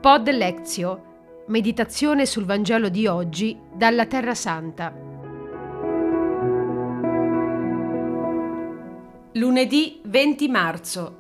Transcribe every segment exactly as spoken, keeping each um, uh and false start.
Pod Lectio, meditazione sul Vangelo di oggi dalla Terra Santa. Lunedì venti marzo.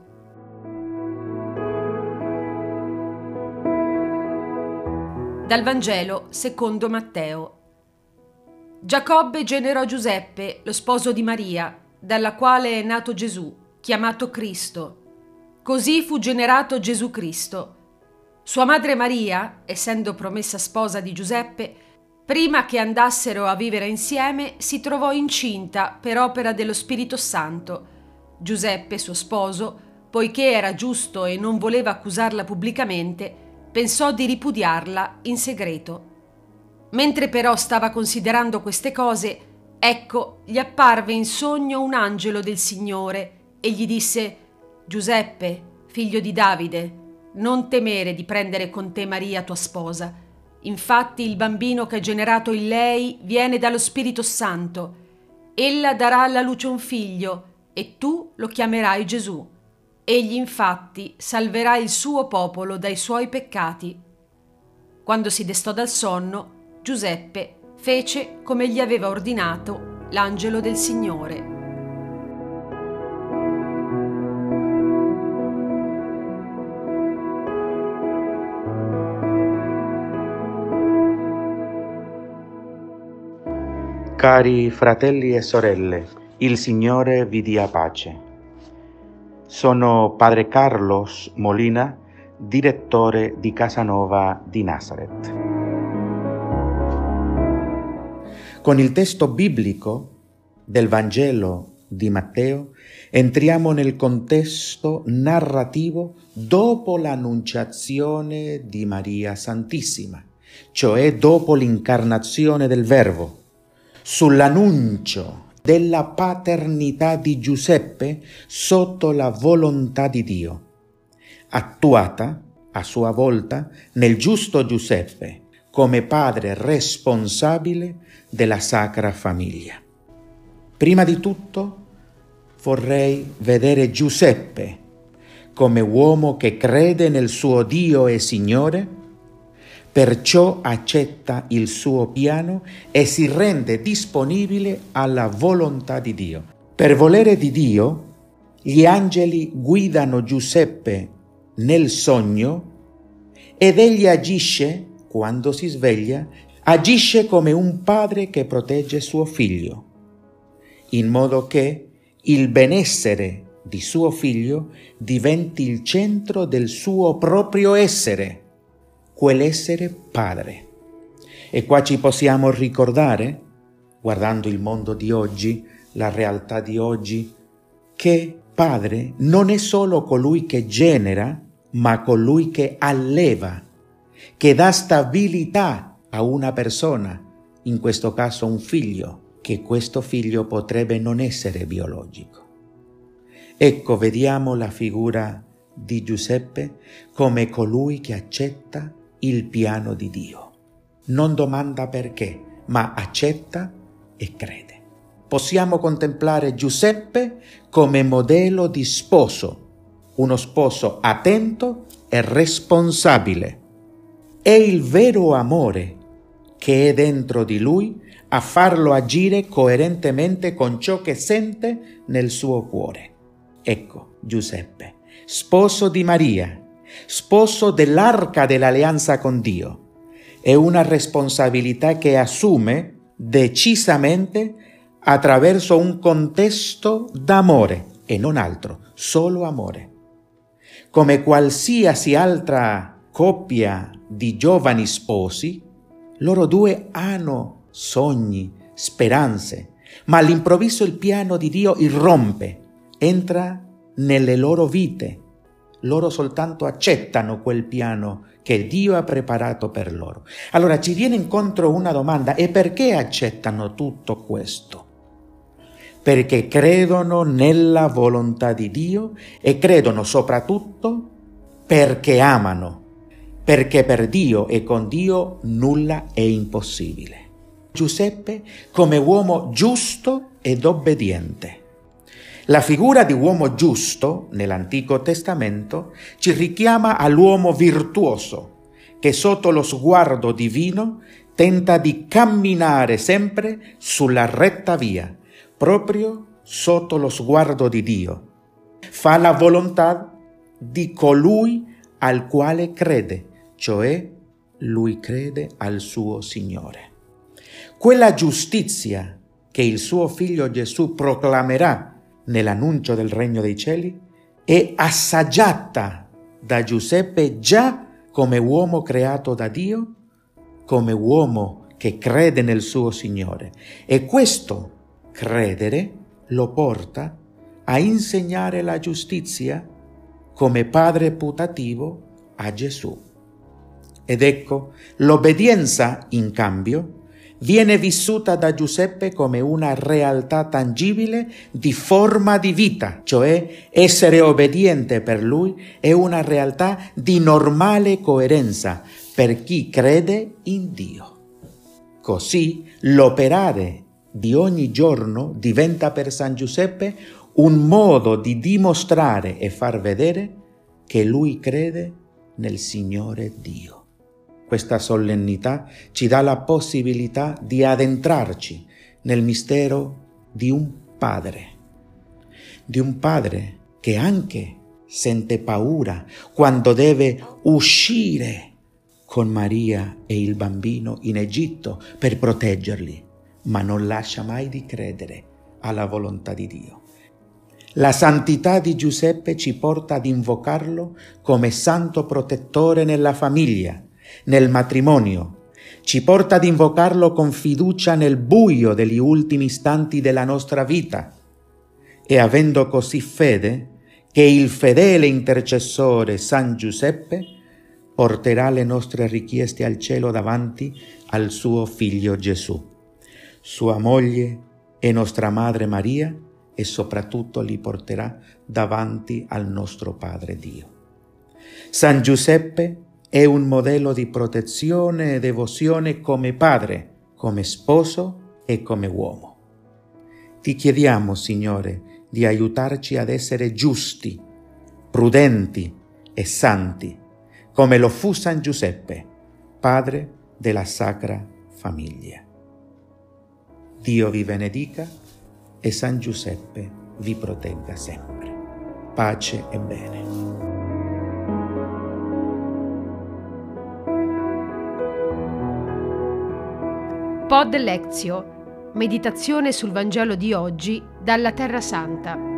Dal Vangelo secondo Matteo. Giacobbe generò Giuseppe, lo sposo di Maria, dalla quale è nato Gesù, chiamato Cristo. Così fu generato Gesù Cristo. Sua madre Maria, essendo promessa sposa di Giuseppe, prima che andassero a vivere insieme, si trovò incinta per opera dello Spirito Santo. Giuseppe, suo sposo, poiché era giusto e non voleva accusarla pubblicamente, pensò di ripudiarla in segreto. Mentre però stava considerando queste cose, ecco, gli apparve in sogno un angelo del Signore e gli disse: «Giuseppe, figlio di Davide, non temere di prendere con te Maria tua sposa. Infatti il bambino che è generato in lei viene dallo Spirito Santo. Ella darà alla luce un figlio e tu lo chiamerai Gesù. Egli infatti salverà il suo popolo dai suoi peccati». Quando si destò dal sonno, Giuseppe fece come gli aveva ordinato l'angelo del Signore. Cari fratelli e sorelle, il Signore vi dia pace. Sono padre Carlos Molina, direttore di Casanova di Nazareth. Con il testo biblico del Vangelo di Matteo entriamo nel contesto narrativo dopo l'annunciazione di Maria Santissima, cioè dopo l'incarnazione del Verbo. Sull'annuncio della paternità di Giuseppe sotto la volontà di Dio, attuata a sua volta nel giusto Giuseppe come padre responsabile della Sacra Famiglia. Prima di tutto vorrei vedere Giuseppe come uomo che crede nel suo Dio e Signore, perciò accetta il suo piano e si rende disponibile alla volontà di Dio. Per volere di Dio, gli angeli guidano Giuseppe nel sogno ed egli agisce, quando si sveglia, agisce come un padre che protegge suo figlio, in modo che il benessere di suo figlio diventi il centro del suo proprio essere, quell'essere padre. E qua ci possiamo ricordare, guardando il mondo di oggi, la realtà di oggi, che padre non è solo colui che genera, ma colui che alleva, che dà stabilità a una persona, in questo caso un figlio, che questo figlio potrebbe non essere biologico. Ecco, vediamo la figura di Giuseppe come colui che accetta il piano di Dio. Non domanda perché, ma accetta e crede. Possiamo contemplare Giuseppe come modello di sposo, uno sposo attento e responsabile. È il vero amore che è dentro di lui a farlo agire coerentemente con ciò che sente nel suo cuore. Ecco Giuseppe, sposo di Maria, sposo dell'arca dell'alleanza con Dio. È una responsabilità che assume decisamente attraverso un contesto d'amore e non altro, solo amore. Come qualsiasi altra coppia di giovani sposi, loro due hanno sogni, speranze, ma all'improvviso il piano di Dio irrompe, entra nelle loro vite. Loro soltanto accettano quel piano che Dio ha preparato per loro. Allora ci viene incontro una domanda: e perché accettano tutto questo? Perché credono nella volontà di Dio e credono soprattutto perché amano, perché per Dio e con Dio nulla è impossibile. Giuseppe come uomo giusto ed obbediente. La figura di uomo giusto nell'Antico Testamento ci richiama all'uomo virtuoso, che sotto lo sguardo divino tenta di camminare sempre sulla retta via, proprio sotto lo sguardo di Dio. Fa la volontà di colui al quale crede, cioè lui crede al suo Signore. Quella giustizia che il suo figlio Gesù proclamerà nell'annuncio del regno dei cieli è assaggiata da Giuseppe già come uomo creato da Dio, come uomo che crede nel suo Signore. E questo credere lo porta a insegnare la giustizia come padre putativo a Gesù. Ed ecco, l'obbedienza, in cambio, viene vissuta da Giuseppe come una realtà tangibile di forma di vita, cioè essere obbediente per lui è una realtà di normale coerenza per chi crede in Dio. Così l'operare di ogni giorno diventa per San Giuseppe un modo di dimostrare e far vedere che lui crede nel Signore Dio. Questa solennità ci dà la possibilità di addentrarci nel mistero di un padre, di un padre che anche sente paura quando deve uscire con Maria e il bambino in Egitto per proteggerli, ma non lascia mai di credere alla volontà di Dio. La santità di Giuseppe ci porta ad invocarlo come santo protettore nella famiglia, nel matrimonio, ci porta ad invocarlo con fiducia nel buio degli ultimi istanti della nostra vita e avendo così fede che il fedele intercessore San Giuseppe porterà le nostre richieste al cielo davanti al suo figlio Gesù, sua moglie e nostra Madre Maria, e soprattutto li porterà davanti al nostro Padre Dio. San Giuseppe è un modello di protezione e devozione come padre, come sposo e come uomo. Ti chiediamo, Signore, di aiutarci ad essere giusti, prudenti e santi, come lo fu San Giuseppe, padre della Sacra Famiglia. Dio vi benedica e San Giuseppe vi protegga sempre. Pace e bene. Pod Lectio, meditazione sul Vangelo di oggi dalla Terra Santa.